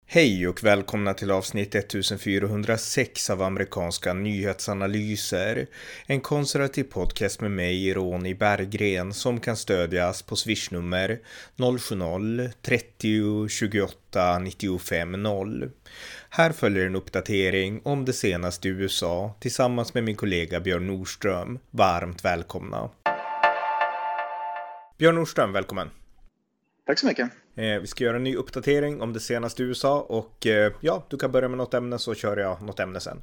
Hej och välkomna till avsnitt 1406 av amerikanska nyhetsanalyser. En konservativ podcast med mig, Ronny Berggren, som kan stödjas på swishnummer 070-30 28 95 0. Här följer en uppdatering om det senaste i USA tillsammans med min kollega Björn Nordström. Varmt välkomna. Björn Nordström, välkommen. Tack så mycket. Vi ska göra en ny uppdatering om det senaste i USA och du kan börja med något ämne så kör jag något ämne sen.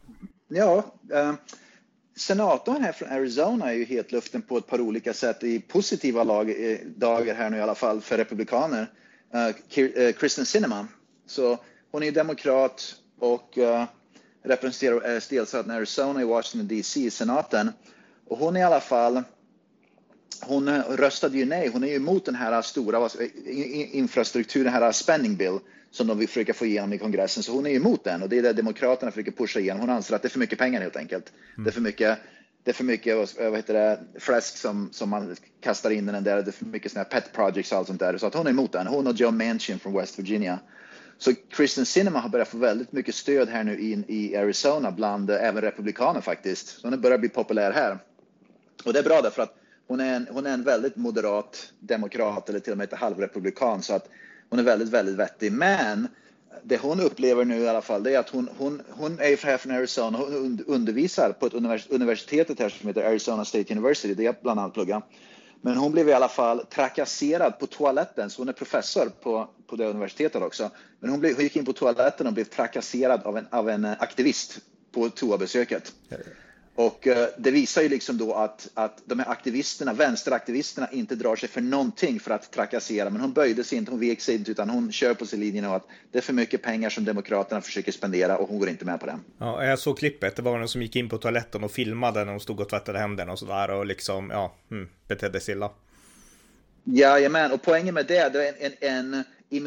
Senatorn här från Arizona är ju helt luften på ett par olika sätt i positiva dagar här nu i alla fall för republikaner. Kristen Sinema. Så hon är demokrat och representerar delstaten Arizona i Washington DC i senaten. Och hon är i alla fall... Hon röstade ju nej. Hon är ju emot den här stora infrastrukturen, den här spending bill som de vill försöka få igenom i kongressen. Så hon är emot den och det är det demokraterna försöker pusha igenom. Hon anser att det är för mycket pengar helt enkelt. Det är för mycket fläsk som man kastar in i den där. Det är för mycket såna här pet projects och allt sånt där. Så att hon är emot den. Hon och Joe Manchin från West Virginia. Så Kristen Sinema har börjat få väldigt mycket stöd här nu i Arizona bland även republikaner faktiskt. Så hon börjar bli populär här. Och det är bra därför att hon är en väldigt moderat demokrat eller till och med ett halvrepublikan, så att hon är väldigt, väldigt vettig. Men det hon upplever nu i alla fall, det är att hon är här från Arizona. Hon undervisar på ett universitetet här som heter Arizona State University, det jag bland annat pluggar. Men hon blev i alla fall trakasserad på toaletten, så hon är professor på det universitetet också. Men hon gick in på toaletten och blev trakasserad av en aktivist på toabesöket. Och det visar ju liksom då att de här aktivisterna, vänsteraktivisterna, inte drar sig för någonting för att trakassera. Men hon böjde sig inte, hon vek sig inte, utan hon kör på sin linje och att det är för mycket pengar som demokraterna försöker spendera och hon går inte med på det. Ja, jag såg klippet. Det var någon som gick in på toaletten och filmade när hon stod och tvättade händerna och sådär och liksom, betedde sig illa. Jajamän, och poängen med det är en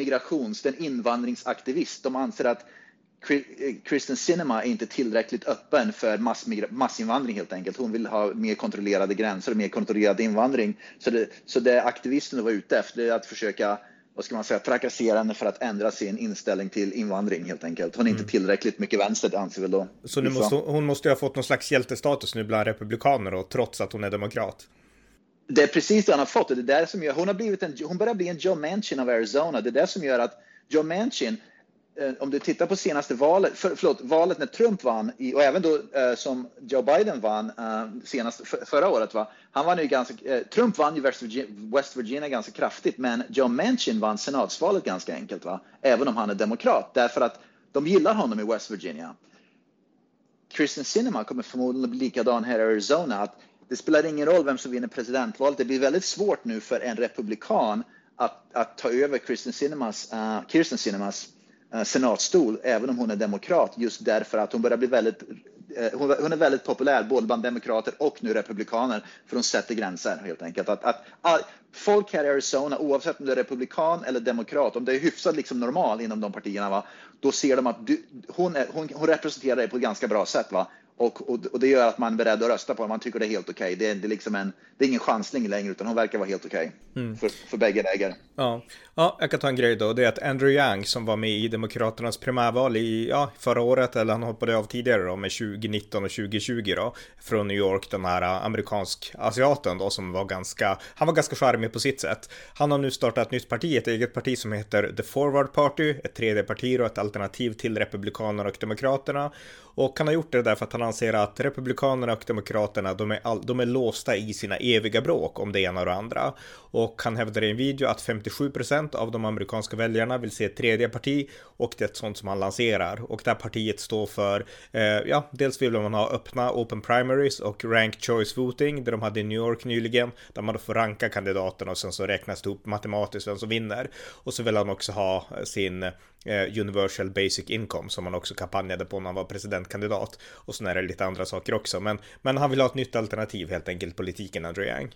invandringsaktivist. De anser att Kristen Sinema är inte tillräckligt öppen för massinvandring helt enkelt. Hon vill ha mer kontrollerade gränser och mer kontrollerad invandring. Så det aktivisten var ute efter är att försöka, trakassera henne för att ändra sin inställning till invandring helt enkelt. Hon är inte tillräckligt mycket vänster, anser väl då. Så nu hon måste ju ha fått någon slags hjältestatus nu bland republikaner då, trots att hon är demokrat. Det är precis det han har fått. Det är där som gör, hon börjar bli en Joe Manchin av Arizona. Det är det som gör att Joe Manchin, om du tittar på senaste valet, valet när Trump vann och även då som Joe Biden vann förra året, han vann ju Trump vann ju West Virginia ganska kraftigt, men Joe Manchin vann senatsvalet ganska enkelt, även om han är demokrat, därför att de gillar honom i West Virginia. Kristen Sinema kommer förmodligen bli likadan här i Arizona, att det spelar ingen roll vem som vinner presidentvalet. Det blir väldigt svårt nu för en republikan att ta över Kristen Sinemas senatstol, även om hon är demokrat, just därför att hon börjar bli hon är väldigt populär både bland demokrater och nu republikaner, för hon sätter gränser helt enkelt. Att folk här i Arizona, oavsett om det är republikan eller demokrat, om det är hyfsat liksom normal inom de partierna, då ser de att hon representerar det på ett ganska bra sätt, och det gör att man är beredd att rösta på henne. Man tycker det är helt okej. Det är ingen chansning längre, utan hon verkar vara helt okej för bägge läger. Ja, jag kan ta en grej då. Det är att Andrew Yang, som var med i demokraternas primärval förra året, eller han hoppade av tidigare då, med 2019 och 2020 då, från New York, den här amerikansk asiaten då, som var ganska charmig på sitt sätt. Han har nu startat ett nytt parti, ett eget parti som heter The Forward Party, ett tredje parti och ett alternativ till republikanerna och demokraterna. Och han har gjort det därför att han anser att republikanerna och demokraterna, de är låsta i sina eviga bråk om det ena och det andra. Och han hävdar i en video att 57% av de amerikanska väljarna vill se ett tredje parti, och det är ett sånt som han lanserar. Och det här partiet står för, dels vill man ha öppna open primaries och ranked choice voting, det de hade i New York nyligen, där man då får ranka kandidaterna och sen så räknas det upp matematiskt vem som vinner. Och så vill han också ha sin universal basic income, som han också kampanjade på när han var presidentkandidat. Och så är det lite andra saker också. Men han vill ha ett nytt alternativ helt enkelt, politiken, Andrew Yang.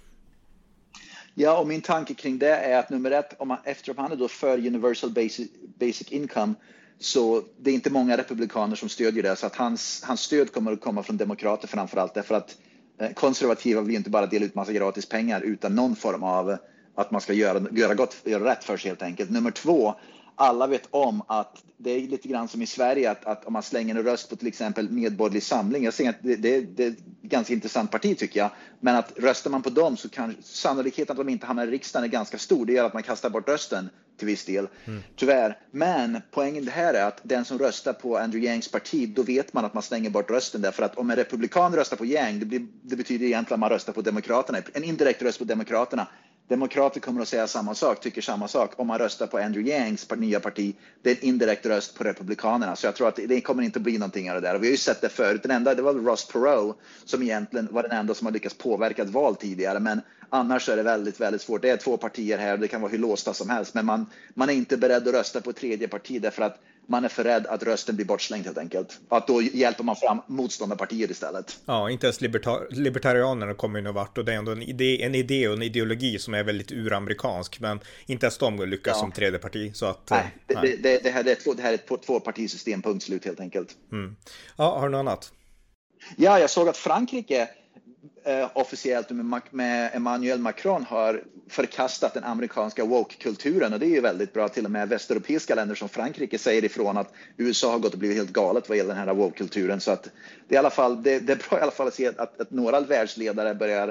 Ja, och min tanke kring det är att nummer ett, eftersom han är då för universal basic income, så det är inte många republikaner som stödjer det. Så att hans stöd kommer att komma från demokrater framförallt, därför att konservativa vill inte bara dela ut massa gratis pengar, utan någon form av att man ska göra rätt för sig helt enkelt. Nummer två, alla vet om att det är lite grann som i Sverige att om man slänger en röst på till exempel Medborgerlig Samling, jag säger att det är ett ganska intressant parti tycker jag, men att röstar man på dem så kan sannolikheten att de inte hamnar i riksdagen är ganska stor. Det gör att man kastar bort rösten till viss del, tyvärr. Men poängen det här är att den som röstar på Andrew Yangs parti, då vet man att man slänger bort rösten, därför att om en republikan röstar på Yang, det betyder egentligen att man röstar på Demokraterna, en indirekt röst på Demokraterna. Demokrater kommer att säga samma sak, tycker samma sak. Om man röstar på Andrew Yangs nya parti, det är en indirekt röst på Republikanerna. Så jag tror att det kommer inte att bli någonting av det där. Och vi har ju sett det förut. Det var Ross Perot som egentligen var den enda som har lyckats påverka ett val tidigare. Men annars är det väldigt, väldigt svårt. Det är 2 partier här och det kan vara hur låsta som helst. Men man är inte beredd att rösta på ett tredje parti därför att man är för rädd att rösten blir bortslängd helt enkelt. Att då hjälper man fram motståndarpartier istället. Ja, inte ens libertarianerna kommer ju någon vart, och det är ändå en idé och en ideologi som är väldigt uramerikansk, men inte ens de lyckas som tredje parti. Så att, det här är ett tvåpartisystem, punkt slut helt enkelt. Ja, har du något annat? Ja, jag såg att Frankrike officiellt med Emmanuel Macron har förkastat den amerikanska woke-kulturen, och det är ju väldigt bra. Till och med västeuropeiska länder som Frankrike säger ifrån att USA har gått och blivit helt galet vad gäller den här woke-kulturen. Så att det är i alla fall det är bra i alla fall att se att några världsledare börjar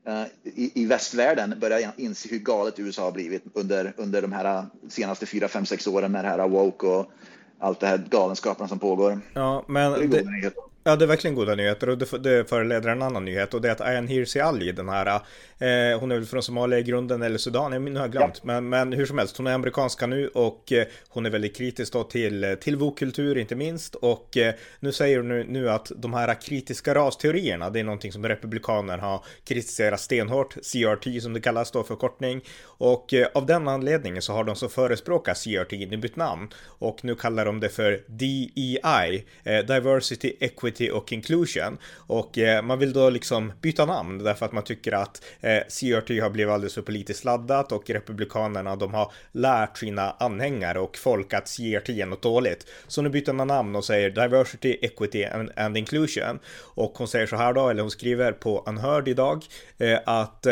i västvärlden börjar inse hur galet USA har blivit under de här senaste 4, 5, 6 åren med det här woke och allt det här galenskaperna som pågår. Ja, men ja, det är verkligen goda nyheter, och det föreleder en annan nyhet, och det är att Ayaan Hirsi Ali, den här, hon är väl från Somalia i grunden, eller Sudan, nu har jag glömt, men hur som helst, hon är amerikanska nu, och hon är väldigt kritisk då till woke-kultur inte minst, och nu säger hon nu att de här kritiska rasteorierna, det är någonting som republikaner har kritiserat stenhårt, CRT som det kallas då, förkortning, och av den anledningen så har de så förespråkat CRT i bytt namn, och nu kallar de det för DEI, Diversity, Equity och Inclusion, och man vill då liksom byta namn därför att man tycker att CRT har blivit alldeles för politiskt laddat, och republikanerna, de har lärt sina anhängare och folk att CRT är något dåligt, så nu byter man namn och säger Diversity, Equity and Inclusion, och hon säger så här då, eller hon skriver på Unheard idag, att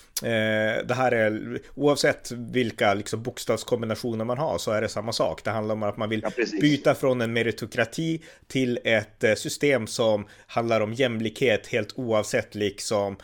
det här är, oavsett vilka liksom bokstavskombinationer man har, så är det samma sak. Det handlar om att man vill byta från en meritokrati till ett system som handlar om jämlikhet helt oavsett liksom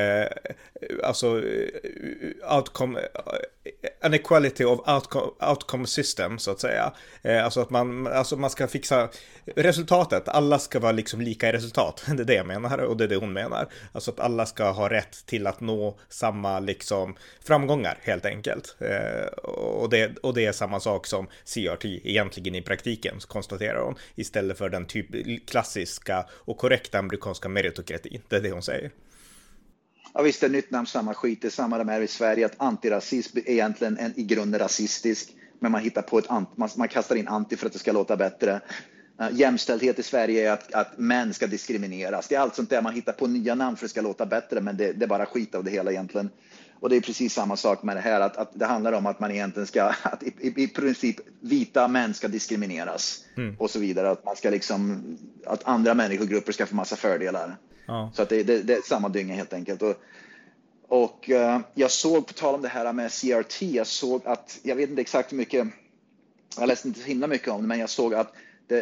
alltså outcome, an equality of outcome system, så att säga. Alltså att man ska fixa resultatet. Alla ska vara liksom lika i resultat. Det är det jag menar, och det är det hon menar. Alltså att alla ska ha rätt till att nå samma liksom framgångar helt enkelt. Och det är samma sak som CRT egentligen i praktiken, konstaterar hon, istället för den typ klassiska och korrekta amerikanska meritokratin. Det är det hon säger. Ja visst, det är nytt namn, samma skit. Det är samma de här i Sverige, att antirasism är egentligen i grunden rasistisk, men man hittar på man kastar in anti för att det ska låta bättre. Jämställdhet i Sverige är att män ska diskrimineras. Det är allt sånt där, man hittar på nya namn för att det ska låta bättre, men det är bara skit av det hela egentligen. Och det är precis samma sak med det här, att det handlar om att man egentligen ska, att i princip vita män ska diskrimineras och så vidare, att man ska liksom, att andra människogrupper ska få massa fördelar. Ja. Så att det är samma dynga helt enkelt. Och jag såg, på tal om det här med CRT, jag såg att, jag vet inte exakt hur mycket, jag läste inte så himla mycket om det, men jag såg att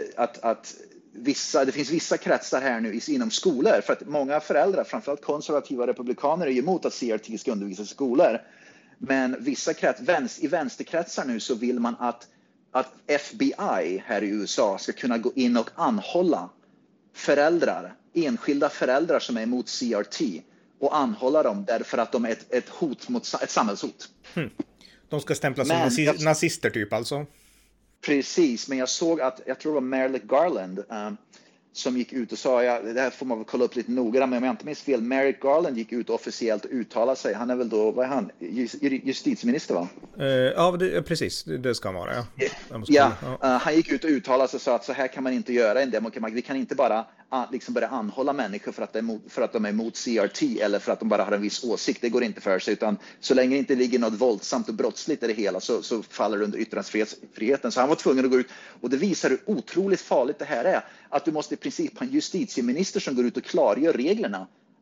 det finns vissa kretsar här nu inom skolor, för att många föräldrar, framförallt konservativa republikaner, är emot att CRT ska undervisas i skolor. Men vissa i vänsterkretsar nu så vill man att FBI här i USA ska kunna gå in och anhålla enskilda föräldrar som är emot CRT, och anhålla dem därför att de är ett hot mot ett samhällshot. De ska stämplas som nazister typ alltså? Precis, men jag såg att, jag tror det var Merrick Garland som gick ut och sa, det här får man väl kolla upp lite noga, men om jag inte minns fel, Merrick Garland gick ut officiellt och uttalade sig. Han är väl då, vad är han? Justitieminister, va? Ja, precis, det ska han vara. Han gick ut och uttalade sig och sa att så här kan man inte göra en demokrati. Vi kan inte bara liksom börja anhålla människor för att de är emot CRT eller för att de bara har en viss åsikt. Det går inte för sig, utan så länge det inte ligger något våldsamt och brottsligt i det hela så faller det under yttrandefriheten. Så han var tvungen att gå ut, och det visar hur otroligt farligt det här är. Att du måste i princip ha en justitieminister som går ut och klargör reglerna.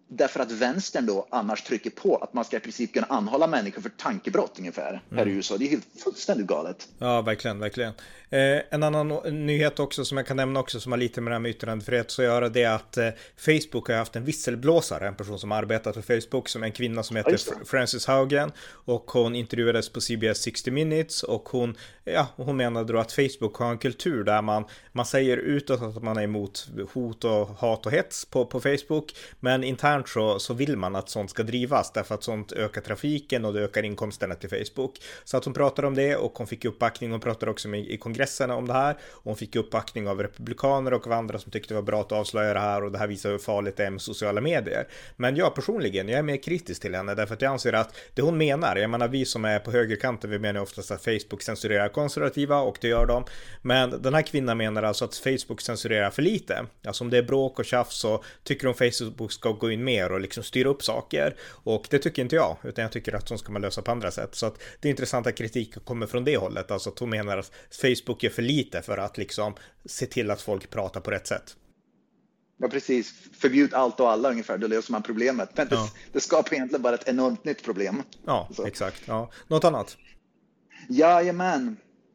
Därför att vänstern då annars trycker på att man ska i princip kunna anhålla människor för tankebrott ungefär här i USA. Det är helt fullständigt galet. Ja, verkligen, verkligen. En annan nyhet också som jag kan nämna också som har lite med det här med yttrandefrihet att göra, det är att Facebook har haft en visselblåsare, en person som arbetat för Facebook, som en kvinna som heter Frances Haugen, och hon intervjuades på CBS 60 Minutes och hon menade då att Facebook har en kultur där man säger utåt att man är emot hot och hat och hets på Facebook, men internt så vill man att sånt ska drivas därför att sånt ökar trafiken och det ökar inkomsterna till Facebook. Så att hon pratade om det och hon fick uppbackning. Hon pratade också i kongressen om det här och hon fick uppbackning av republikaner och av andra som tyckte det var bra att avslöja det här, och det här visar hur farligt det är med sociala medier. Men jag personligen, jag är mer kritisk till henne därför att jag anser att det hon menar, jag menar vi som är på högerkanten, vi menar oftast att Facebook censurerar konservativa och det gör de, men den här kvinnan menar alltså att Facebook censurerar för lite. Alltså om det är bråk och tjafs så tycker hon Facebook ska gå in mer och liksom styra upp saker, och det tycker inte jag, utan jag tycker att de ska man lösa på andra sätt. Så att det är intressant att kritik kommer från det hållet, alltså att hon menar att Facebook är för lite för att liksom se till att folk pratar på rätt sätt. Ja, precis. Förbjud allt och alla ungefär, då löser man problemet. Men det skapar egentligen bara ett enormt nytt problem. Ja, så. Exakt. Ja. Något annat? Jajamän.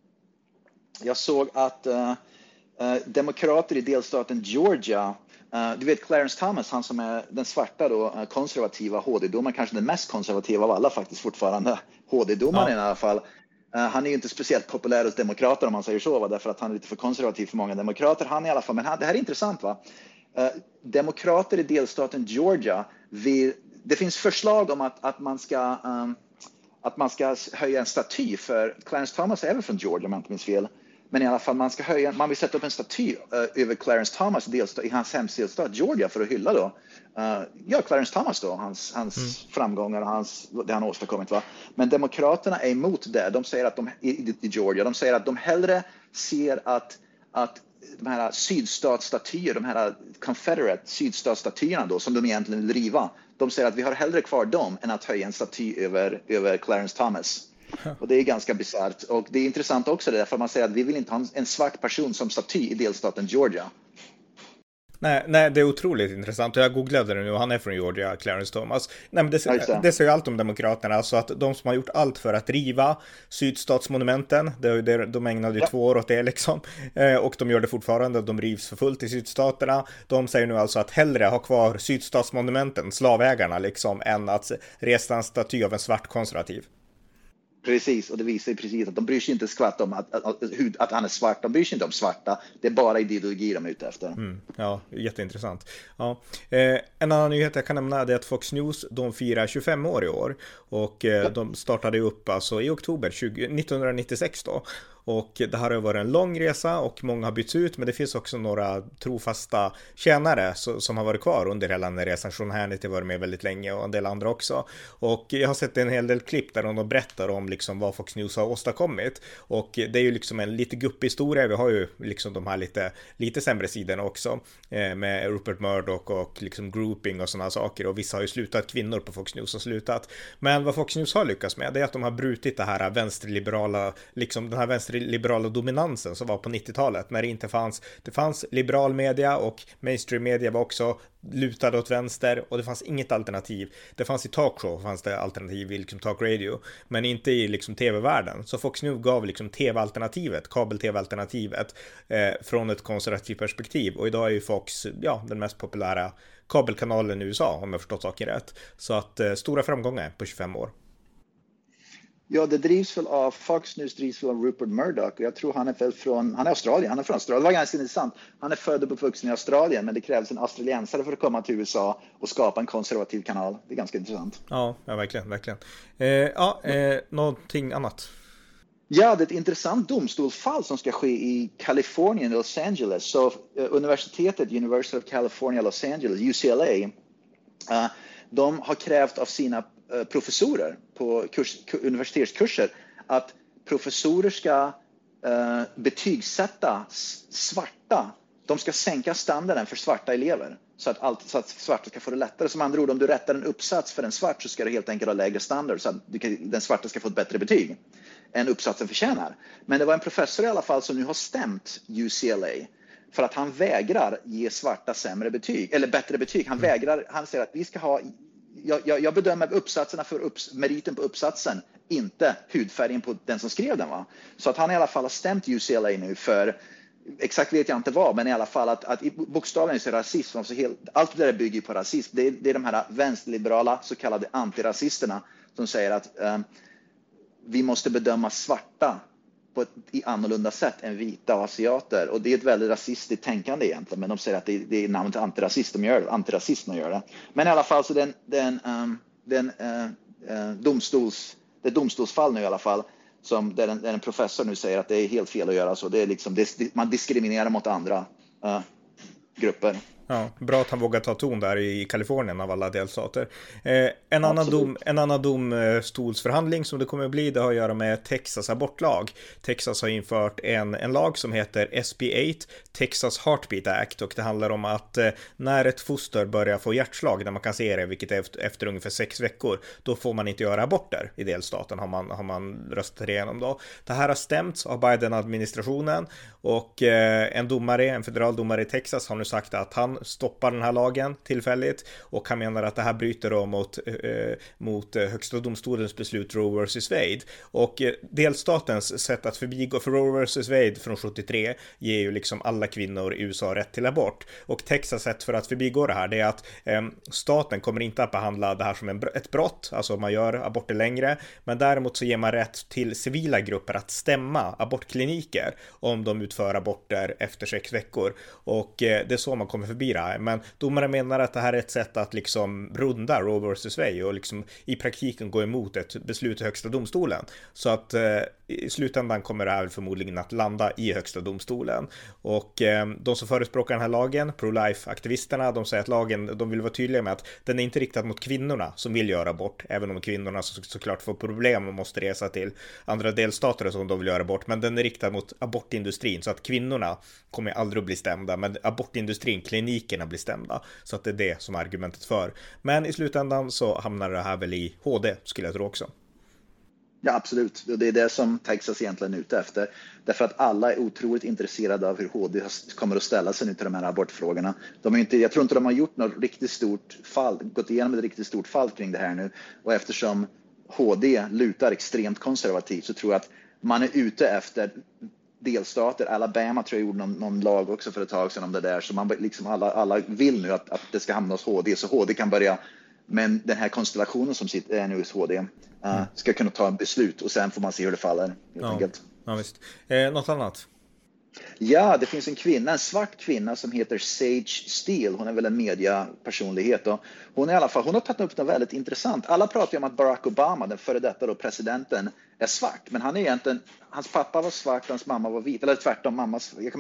Jag såg att demokrater i delstaten Georgia, du vet Clarence Thomas, han som är den svarta då, konservativa HD-domaren, kanske den mest konservativa av alla faktiskt fortfarande, HD-domaren i alla fall. Han är ju inte speciellt populär hos demokrater om man säger så, därför att han är lite för konservativ för många demokrater. Han i alla fall, men det här är intressant va. Demokrater i delstaten Georgia det finns förslag om att man ska höja en staty för Clarence Thomas, är även från Georgia om jag inte minns fel. Men i alla fall man vill sätta upp en staty över Clarence Thomas i hans hemsdelstat Georgia för att hylla då Clarence Thomas då, hans framgångar och det han åstadkommit va. Men demokraterna är emot det. De säger att i Georgia, de säger att de hellre ser att de här sydstatsstatyer, de här Confederate sydstatsstatyerna då som de egentligen vill riva. De säger att vi har hellre kvar dem än att höja en staty över Clarence Thomas. Och det är ganska bisarrt. Och det är intressant också därför man säger att vi vill inte ha en svart person som staty i delstaten Georgia. Nej, det är otroligt intressant. Jag googlade det nu och han är från Georgia, Clarence Thomas. Nej, men det säger ju allt om demokraterna. Alltså att de som har gjort allt för att riva sydstatsmonumenten, de ägnade ju 2 år åt det liksom. Och de gör det fortfarande, de rivs för fullt i sydstaterna. De säger nu alltså att hellre ha kvar sydstatsmonumenten, slavägarna liksom, än att resa en staty av en svart konservativ. Precis, och det visar ju precis att de bryr sig inte skvatt om att han är svart. De bryr sig inte om svarta. Det är bara ideologi de är ute efter. Ja, jätteintressant. Ja. En annan nyhet jag kan nämna är att Fox News, de firar 25 år i år. Och de startade upp alltså i oktober 1996 då. Och det här har varit en lång resa och många har bytts ut, men det finns också några trofasta tjänare som har varit kvar under hela den här resan. Sean Hannity har varit med väldigt länge och en del andra också. Och jag har sett en hel del klipp där de berättar om liksom vad Fox News har åstadkommit. Och det är ju liksom en lite guppig historia. Vi har ju liksom de här lite sämre sidorna också med Rupert Murdoch och liksom grouping och sådana saker. Och vissa har ju slutat, kvinnor på Fox News har slutat. Men vad Fox News har lyckats med, det är att de har brutit det här vänsterliberala, liksom den här vänsterliberala dominansen som var på 90-talet när det inte fanns liberal media och mainstream media var också lutade åt vänster och det fanns inget alternativ. Det fanns i talkshow, fanns det alternativ i liksom talk radio, men inte i liksom tv-världen. Så Fox News gav liksom tv-alternativet, kabel-tv-alternativet från ett konservativt perspektiv, och idag är ju Fox den mest populära kabelkanalen i USA om jag förstått saker rätt. Så att stora framgångar på 25 år. Ja, det drivs väl av Fox News, drivs väl av Rupert Murdoch, och jag tror han är från Australien. Det var ganska intressant. Han är född och uppvuxen i Australien, men det krävs en australiensare för att komma till USA och skapa en konservativ kanal. Det är ganska intressant. Ja, verkligen. Någonting annat? Ja, det är ett intressant domstolsfall som ska ske i Kalifornien, Los Angeles. Så universitetet, University of California, Los Angeles, UCLA, de har krävt av sina professorer på universitetskurser att professorer ska betygsätta svarta. De ska sänka standarden för svarta elever så att svarta ska få det lättare. Som andra ord, om du rättar en uppsats för en svart så ska du helt enkelt ha lägre standard så att den svarta ska få ett bättre betyg än uppsatsen förtjänar. Men det var en professor i alla fall som nu har stämt UCLA för att han vägrar ge svarta sämre betyg, eller bättre betyg. Han vägrar, han säger att vi ska ha, jag bedömer uppsatserna för meriten på uppsatsen, inte hudfärgen på den som skrev den. Va? Så att han i alla fall har stämt UCLA nu för, exakt vet jag inte vad, men i alla fall att bokstavligen så är rasism, alltså allt det där bygger på rasism. Det är de här vänsterliberala så kallade antirasisterna som säger att vi måste bedöma svarta på ett annorlunda sätt än vita och asiater. Och det är ett väldigt rasistiskt tänkande egentligen. Men de säger att det är namnet antirasist de gör det. Antirasism de gör det. Men i alla fall så det domstolsfall nu i alla fall. Där en professor nu säger att det är helt fel att göra så. Det är liksom, man diskriminerar mot andra grupper. Ja, bra att han vågar ta ton där i Kalifornien av alla delstater. En annan domstolsförhandling som det kommer att bli, det har att göra med Texas abortlag. Texas har infört en lag som heter SB8, Texas Heartbeat Act, och det handlar om att när ett foster börjar få hjärtslag, när man kan se det, vilket är efter ungefär 6 veckor, då får man inte göra aborter i delstaten, har man röstat igenom då. Det här har stämts av Biden-administrationen, och en federal domare i Texas har nu sagt att han stoppar den här lagen tillfälligt, och han menar att det här bryter då mot högsta domstolens beslut Roe vs. Wade, och delstatens sätt att förbigå, för Roe vs. Wade från 73 ger ju liksom alla kvinnor i USA rätt till abort, och Texas sätt för att förbigå det här, det är att staten kommer inte att behandla det här som ett brott, alltså man gör aborter längre, men däremot så ger man rätt till civila grupper att stämma abortkliniker om de utför aborter efter 6 veckor, och det är så man kommer förbi det här. Men domaren menar att det här är ett sätt att liksom runda Roe vs. Wade och liksom i praktiken gå emot ett beslut i högsta domstolen. Så att i slutändan kommer det här förmodligen att landa i högsta domstolen. Och de som förespråkar den här lagen, pro-life-aktivisterna, de säger att lagen, de vill vara tydliga med att den är inte riktad mot kvinnorna som vill göra abort, även om kvinnorna såklart får problem och måste resa till andra delstater som de vill göra abort, men den är riktad mot abortindustrin, så att kvinnorna kommer aldrig att bli stämda, men abortindustrin, klinikerna blir stämda, så att det är det som är argumentet för. Men i slutändan så hamnar det här väl i HD, skulle jag tro också. Ja, absolut. Och det är det som Texas egentligen är ute efter. Därför att alla är otroligt intresserade av hur HD kommer att ställa sig nu till de här abortfrågorna. Jag tror inte de har gjort något riktigt stort fall, gått igenom ett riktigt stort fall kring det här nu. Och eftersom HD lutar extremt konservativt, så tror jag att man är ute efter delstater. Alabama tror jag gjorde någon lag också för ett tag sedan om det där. Så man liksom alla vill nu att det ska hamna hos HD, så HD kan börja. Men den här konstellationen som sitter nu hos HD ska kunna ta en beslut, och sen får man se hur det faller. Ja, visst. Något annat? Ja, det finns en svart kvinna som heter Sage Steele. Hon är väl en mediapersonlighet. Och hon har tagit upp något väldigt intressant. Alla pratar ju om att Barack Obama, den före detta då presidenten, är svart. Men han är egentligen, hans pappa var svart, hans mamma var vit. Eller tvärtom, mamma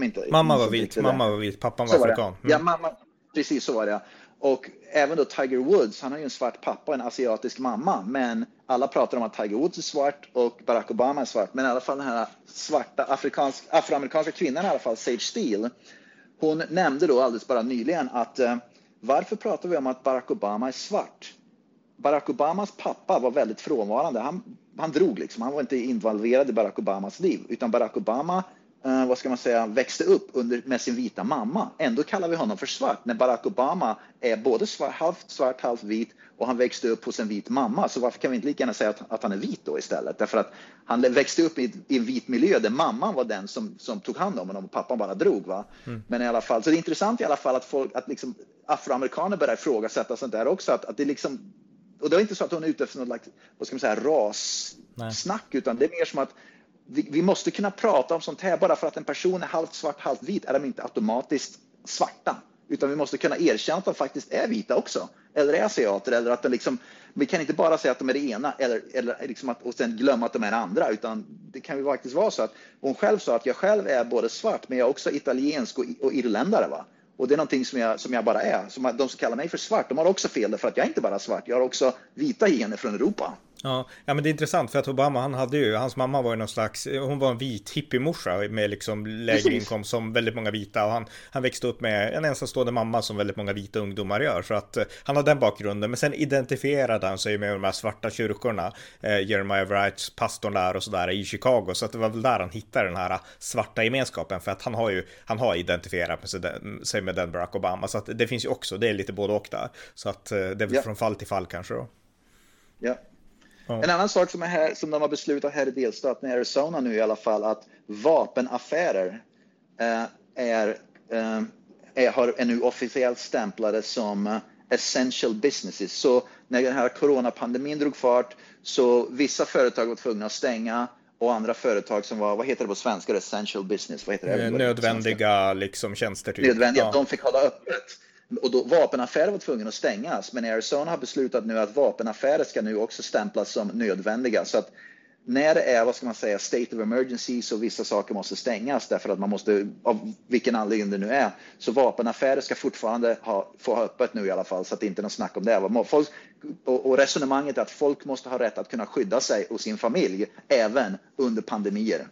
var vit, pappan var afrikan. Ja, precis så var det. Och även då Tiger Woods, han har ju en svart pappa och en asiatisk mamma. Men alla pratar om att Tiger Woods är svart och Barack Obama är svart. Men i alla fall den här svarta afroamerikanska kvinnan, i alla fall Sage Steele, hon nämnde då alldeles bara nyligen att varför pratar vi om att Barack Obama är svart? Barack Obamas pappa var väldigt frånvarande. Han drog liksom, han var inte involverad i Barack Obamas liv. Utan Barack Obama växte upp med sin vita mamma. Ändå kallar vi honom för svart, när Barack Obama är både halvt svart, halvt vit, och han växte upp hos en vit mamma. Så varför kan vi inte lika gärna säga att han är vit då istället? Därför att han växte upp i en vit miljö där mamman var den som tog hand om honom och pappan bara drog. Va? Men i alla fall, så det är intressant i alla fall att liksom afroamerikaner börjar ifrågasätta sånt där också. Att det liksom, och det är inte så att hon är ute efter något rassnack, utan det är mer som att vi måste kunna prata om sånt här. Bara för att en person är halvt svart, halvt vit är de inte automatiskt svarta. Utan vi måste kunna erkänna att de faktiskt är vita också. Eller är asiater. Eller att de liksom, vi kan inte bara säga att de är det ena eller liksom och sen glömma att de är det andra. Utan det kan ju faktiskt vara så att hon själv sa att jag själv är både svart, men jag är också italiensk och irländare. Va? Och det är någonting som jag bara är. De som kallar mig för svart, de har också fel, för att jag är inte bara svart. Jag har också vita gener från Europa. Ja, men det är intressant för att Obama, hans mamma var ju någon slags, hon var en vit hippiemorsa med liksom lägre inkomst som väldigt många vita, och han växte upp med en ensamstående mamma som väldigt många vita ungdomar gör, så att han har den bakgrunden, men sen identifierade han sig med de här svarta kyrkorna, Jeremiah Wrights, pastorn där och sådär i Chicago, så att det var väl där han hittade den här svarta gemenskapen, för att han har identifierat sig med den Barack Obama, så att det finns ju också, det är lite både och där, så att det är väl från fall till fall kanske då. Ja. En annan sak som de har beslutat här i delstaten Arizona nu i alla fall, att vapenaffärer är nu officiellt stämplade som essential businesses. Så när den här coronapandemin drog fart, så vissa företag var tvungna att stänga, och andra företag som var, vad heter det på svenska, essential business, vad heter det? Nödvändiga liksom tjänster typ. Nödvändiga, de fick hålla öppet. Och då vapenaffärer var tvungna att stängas, men Arizona har beslutat nu att vapenaffärer ska nu också stämplas som nödvändiga, så att när det är, vad ska man säga, state of emergency, så vissa saker måste stängas därför att man måste, av vilken anledning det nu är, så vapenaffärer ska fortfarande få ha öppet nu i alla fall, så att det inte är något snack om det. Och resonemanget är att folk måste ha rätt att kunna skydda sig och sin familj även under pandemier.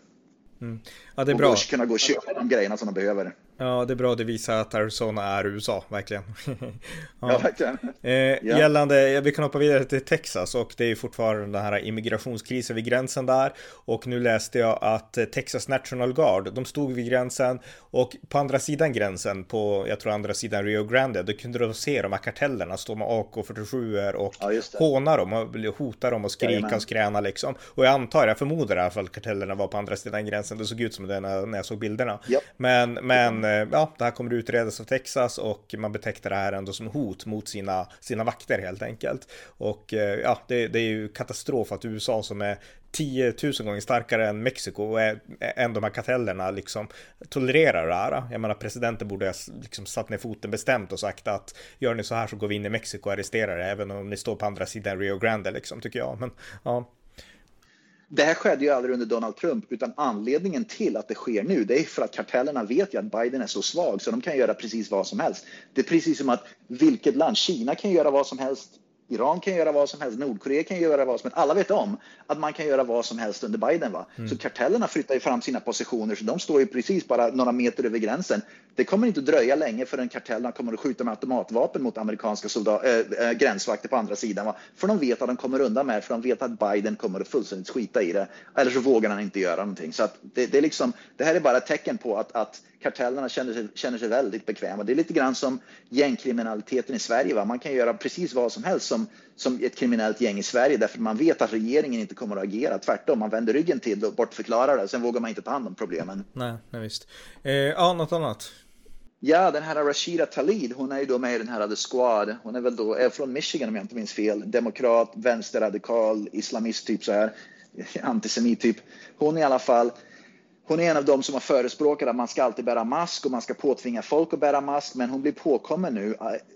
Ja, det är bra. Och kunna gå och köpa de grejerna som de behöver. Ja, det är bra. Det visar att Arizona är USA, verkligen. Ja, verkligen. Gällande, vi kan hoppa vidare till Texas, och det är ju fortfarande den här immigrationskrisen vid gränsen där. Och nu läste jag att Texas National Guard, de stod vid gränsen, och på andra sidan gränsen, jag tror andra sidan Rio Grande, då kunde de se de här kartellerna stå med AK-47 och håna dem och hota dem och skrika och skräna liksom. Och jag förmodar i alla fall att kartellerna var på andra sidan gränsen. Det såg ut som det när jag såg bilderna. Yep. Men ja, det här kommer utredas av Texas, och man betecknar det här ändå som hot mot sina vakter helt enkelt. Och ja, det är ju katastrof att USA, som är 10 000 gånger starkare än Mexiko, och ändå de här kartellerna liksom tolererar det här. Jag menar, presidenten borde ha liksom satt ner foten bestämt och sagt att gör ni så här så går vi in i Mexiko och arresterar det, även om ni står på andra sidan Rio Grande liksom, tycker jag. Men ja. Det här skedde ju aldrig under Donald Trump, utan anledningen till att det sker nu, det är för att kartellerna vet ju att Biden är så svag så de kan göra precis vad som helst. Det är precis som att vilket land, Kina kan göra vad som helst, Iran kan göra vad som helst, Nordkorea kan göra vad som helst. Alla vet om att man kan göra vad som helst under Biden. Så kartellerna flyttar ju fram sina positioner, så de står ju precis bara några meter över gränsen. Det kommer inte att dröja länge förrän kartellerna kommer att skjuta med automatvapen mot amerikanska gränsvakter på andra sidan. För de vet att de kommer undan med, för de vet att Biden kommer att fullständigt skita i det. Eller så vågar han inte göra någonting. Så att det är liksom, det här är bara ett tecken på att kartellerna känner sig väldigt bekväma. Det är lite grann som gängkriminaliteten i Sverige. Man kan göra precis vad som helst som ett kriminellt gäng i Sverige, därför man vet att regeringen inte kommer att agera. Tvärtom, man vänder ryggen till och bortförklarar det. Sen vågar man inte ta hand om problemen. Nej visst. Ja, något annat. Ja, den här Rashida Tlaib, hon är ju då med i den här The Squad. Hon är väl då från Michigan om jag inte minns fel. Demokrat, vänsterradikal, islamist typ så här. Antisemit typ. Hon i alla fall, hon är en av dem som har förespråkat att man ska alltid bära mask och man ska påtvinga folk att bära mask. Men hon blir påkommen nu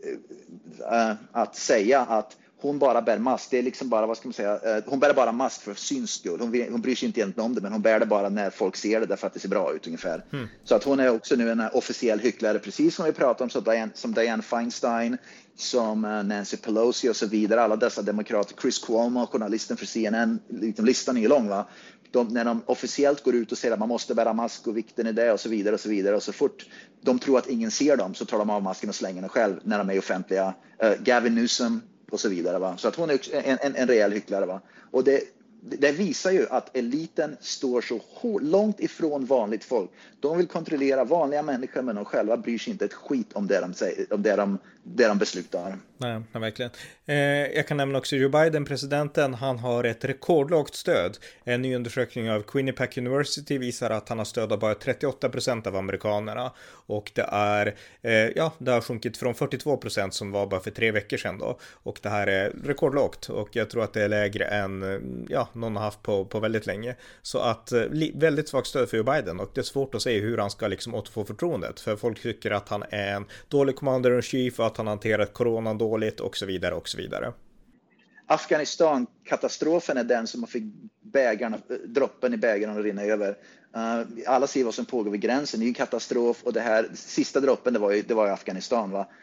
att säga att hon bara bär mask. Det är liksom bara, vad ska man säga, hon bär bara mask för syns skull. Hon bryr sig inte egentligen om det, men hon bär det bara när folk ser det därför att det ser bra ut ungefär. Så att hon är också nu en officiell hycklare, precis som vi pratar om, som Dianne Feinstein, som Nancy Pelosi och så vidare. Alla dessa demokrater, Chris Cuomo, journalisten för CNN, liksom, listan är ju lång va. När de officiellt går ut och säger att man måste bära mask och vikten i det och så vidare och så vidare. Och så fort de tror att ingen ser dem så tar de av masken och slänger den själv när de är offentliga. Gavin Newsom och så vidare va. Så att hon är en rejäl hycklare va. Och det visar ju att eliten står så långt ifrån vanligt folk. De vill kontrollera vanliga människor, men de själva bryr sig inte ett skit om det de säger, om det de beslutar. Nej, verkligen. Jag kan nämna också Joe Biden, presidenten, han har ett rekordlågt stöd. En ny undersökning av Quinnipiac University visar att han har stöd av bara 38% av amerikanerna. Och det har sjunkit från 42% som var bara för 3 veckor sedan då. Och det här är rekordlågt, och jag tror att det är lägre än någon har haft på väldigt länge. Så att väldigt svagt stöd för Joe Biden, och det är svårt att se hur han ska liksom återfå förtroendet. För folk tycker att han är en dålig commander-in-chief och att han hanterat coronan dåligt och så vidare och så vidare. Afghanistan-katastrofen är den som fick droppen i bägaren att rinna över. Alla ser vad som pågår vid gränsen, det är ju en katastrof, och det här sista droppen det var i Afghanistan va.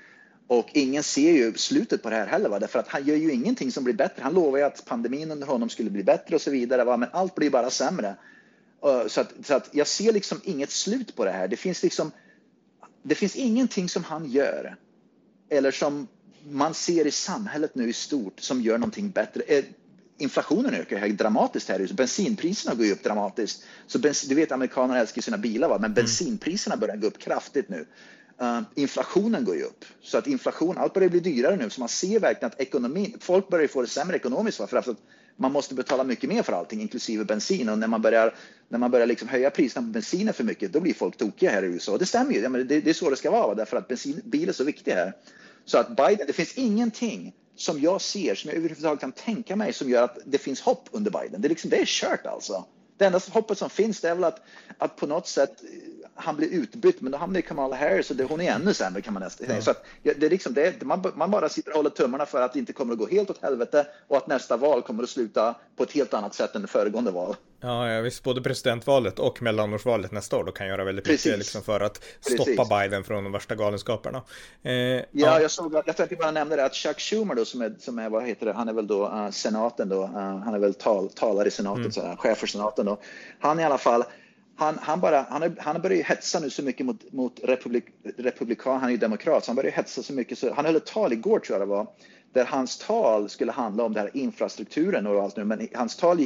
Och ingen ser ju slutet på det här heller, va? Därför att han gör ju ingenting som blir bättre. Han lovar ju att pandemin under honom skulle bli bättre och så vidare, va? Men allt blir bara sämre. Så att jag ser liksom inget slut på det här. Det finns ingenting som han gör eller som man ser i samhället nu i stort som gör någonting bättre. Inflationen ökar här dramatiskt här. Så bensinpriserna går ju upp dramatiskt. Så du vet, amerikanerna älskar sina bilar, va? Men bensinpriserna börjar gå upp kraftigt nu. Inflationen går ju upp. Så att allt börjar bli dyrare nu. Så man ser verkligen att folk börjar få det sämre ekonomiskt, va? För att man måste betala mycket mer för allting, inklusive bensin. Och när man börjar liksom höja priserna på bensinen för mycket, då blir folk tokiga här i USA. Det stämmer ju. Ja, men det är så det ska vara, därför att bil är så viktig här. Så att Biden, det finns ingenting som jag ser, som jag överhuvudtaget kan tänka mig, som gör att det finns hopp under Biden. Det är kört alltså. Det enda hoppet som finns, det är väl att på något sätt han blir utbytt, men då hamnar Kamala Harris och hon är ännu sämre, kan man nästan säga. Så att det är liksom man bara sitter och håller tummarna för att det inte kommer att gå helt åt helvete och att nästa val kommer att sluta på ett helt annat sätt än det föregående val. Ja, visst, både presidentvalet och mellanårsvalet nästa år då kan göra väldigt mycket liksom för att stoppa Biden från de värsta galenskaperna. Jag tänkte bara nämna det att Chuck Schumer då, som är vad heter det, han är väl då senaten då, han är väl talare i senaten, så här, chef för senaten då. Han i alla fall, han har börjat hetsa nu så mycket mot republikan, han är ju demokrat, så han börjar hetsa så mycket, så han höll ett tal igår, tror jag det var, där hans tal skulle handla om det här infrastrukturen och allt nu, men hans tal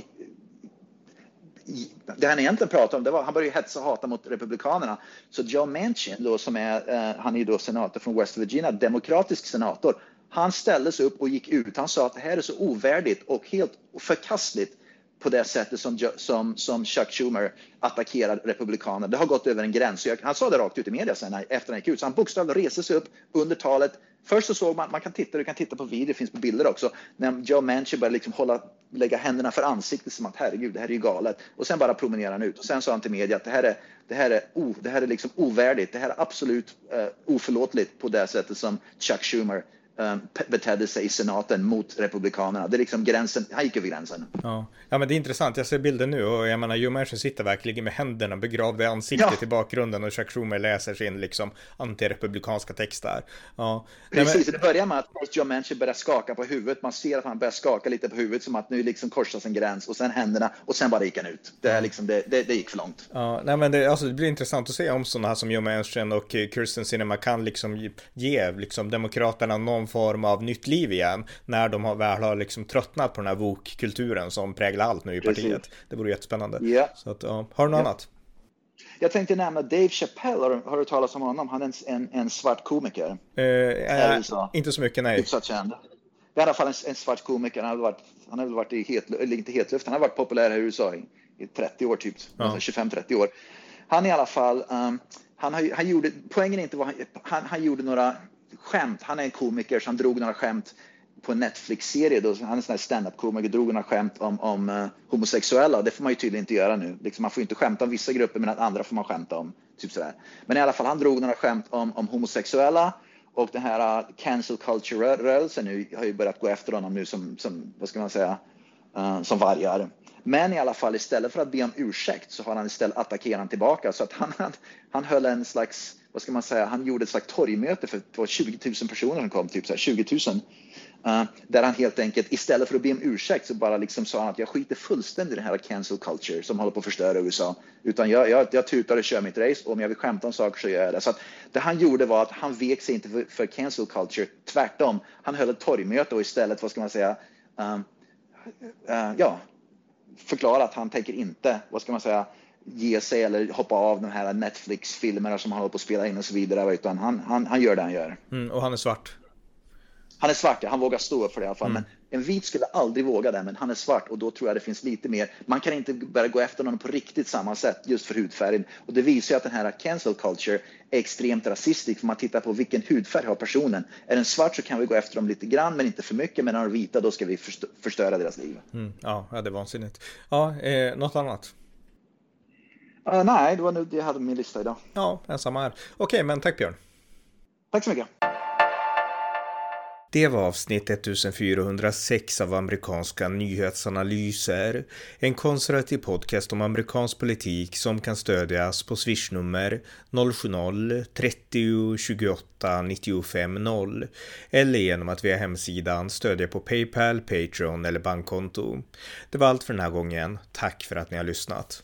det han egentligen pratade om, det var han började hetsa och hata mot republikanerna. Så Joe Manchin då, som han är ju då senator från West Virginia, demokratisk senator, han ställde sig upp och gick ut. Han sa att det här är så ovärdigt och helt förkastligt på det sättet som Chuck Schumer attackerar republikaner. Det har gått över en gräns. Så han sa det rakt ut i media sen efter han gick ut. Så han bokstavligt reste sig upp under talet. Först så såg du kan titta på video, det finns på bilder också, när Joe Manchin började liksom lägga händerna för ansiktet som att herregud, det här är ju galet. Och sen bara promenerade han ut. Och sen sa han till media att det här är liksom ovärdigt. Det här är absolut oförlåtligt på det sättet som Chuck Schumer betedde sig i senaten mot republikanerna. Det är liksom gränsen, han gick över gränsen. Ja, men det är intressant, jag ser bilden nu och jag menar, Joe Manchin sitter verkligen med händerna begravda i ansiktet i bakgrunden och Chuck Schumer läser sin liksom antirepublikanska text där. Ja. Precis, det börjar med att Joe Manchin börjar skaka på huvudet, man ser att han börjar skaka lite på huvudet som att nu liksom korsas en gräns, och sen händerna, och sen bara gick han ut. Det är liksom, det gick för långt. Ja, nej, men det blir intressant att se om sådana här som Joe Manchin och Kyrsten Sinema kan liksom ge liksom demokraterna någon form av nytt liv igen när de väl har liksom tröttnat på den här woke-kulturen som präglar allt nu i partiet. Precis. Det vore jättespännande. Yeah. Så att, har du något annat? Jag tänkte nämna Dave Chappelle. Har du talat om honom? Han är en svart komiker. Inte så mycket, nej. Det är i alla fall en svart komiker. Han har väl varit inte hetluften. Han har varit populär här i USA i 30 år typ. Ja. 25-30 år. Han i alla fall, han gjorde, poängen inte var, han gjorde några skämt. Han är en komiker, så han drog några skämt på en Netflix-serie då. Han är en sån här stand-up-komiker, drog några skämt om homosexuella. Det får man ju tydligen inte göra nu. Liksom, man får inte skämta om vissa grupper, men att andra får man skämta om. Typ sådär. Men i alla fall, han drog några skämt om homosexuella. Och den här cancel culture-rörelsen nu har ju börjat gå efter honom nu som vad ska man säga, som vargar. Men i alla fall, istället för att be om ursäkt så har han istället attackerat tillbaka. Så att han höll en slags, vad ska man säga, han gjorde ett slags torgmöte för 20 000 personer som kom, typ så här 20 000. Där han helt enkelt, istället för att be om ursäkt, så bara liksom sa han att jag skiter fullständigt i den här cancel culture som håller på att förstöra USA. Utan jag tutar och kör mitt race, och om jag vill skämta om saker så gör jag det. Så att det han gjorde var att han vek sig inte för cancel culture, tvärtom. Han höll ett torgmöte och istället, vad ska man säga, förklara att han tänker inte, vad ska man säga, ge sig eller hoppa av de här Netflix-filmerna som han håller på att spela in och så vidare, utan han gör det han gör. Och han är svart. Han är svart, han vågar stå upp för det i alla fall. Men en vit skulle aldrig våga det, men han är svart, och då tror jag det finns lite mer. Man kan inte börja gå efter någon på riktigt samma sätt just för hudfärgen. Och det visar ju att den här cancel culture är extremt rasistisk, för man tittar på vilken hudfärg har personen. Är den svart så kan vi gå efter dem lite grann, men inte för mycket. Men när de är vita, då ska vi förstöra deras liv. Ja, det är vansinnigt. Ja, något annat? Nej, det var nu det jag hade min lista idag. Ja, samma här. Okej, men tack Björn. Tack så mycket. Det var avsnitt 1406 av amerikanska nyhetsanalyser, en konservativ podcast om amerikansk politik som kan stödjas på swishnummer 070-30 28 95 0 eller genom att via hemsidan stödja på PayPal, Patreon eller bankkonto. Det var allt för den här gången. Tack för att ni har lyssnat.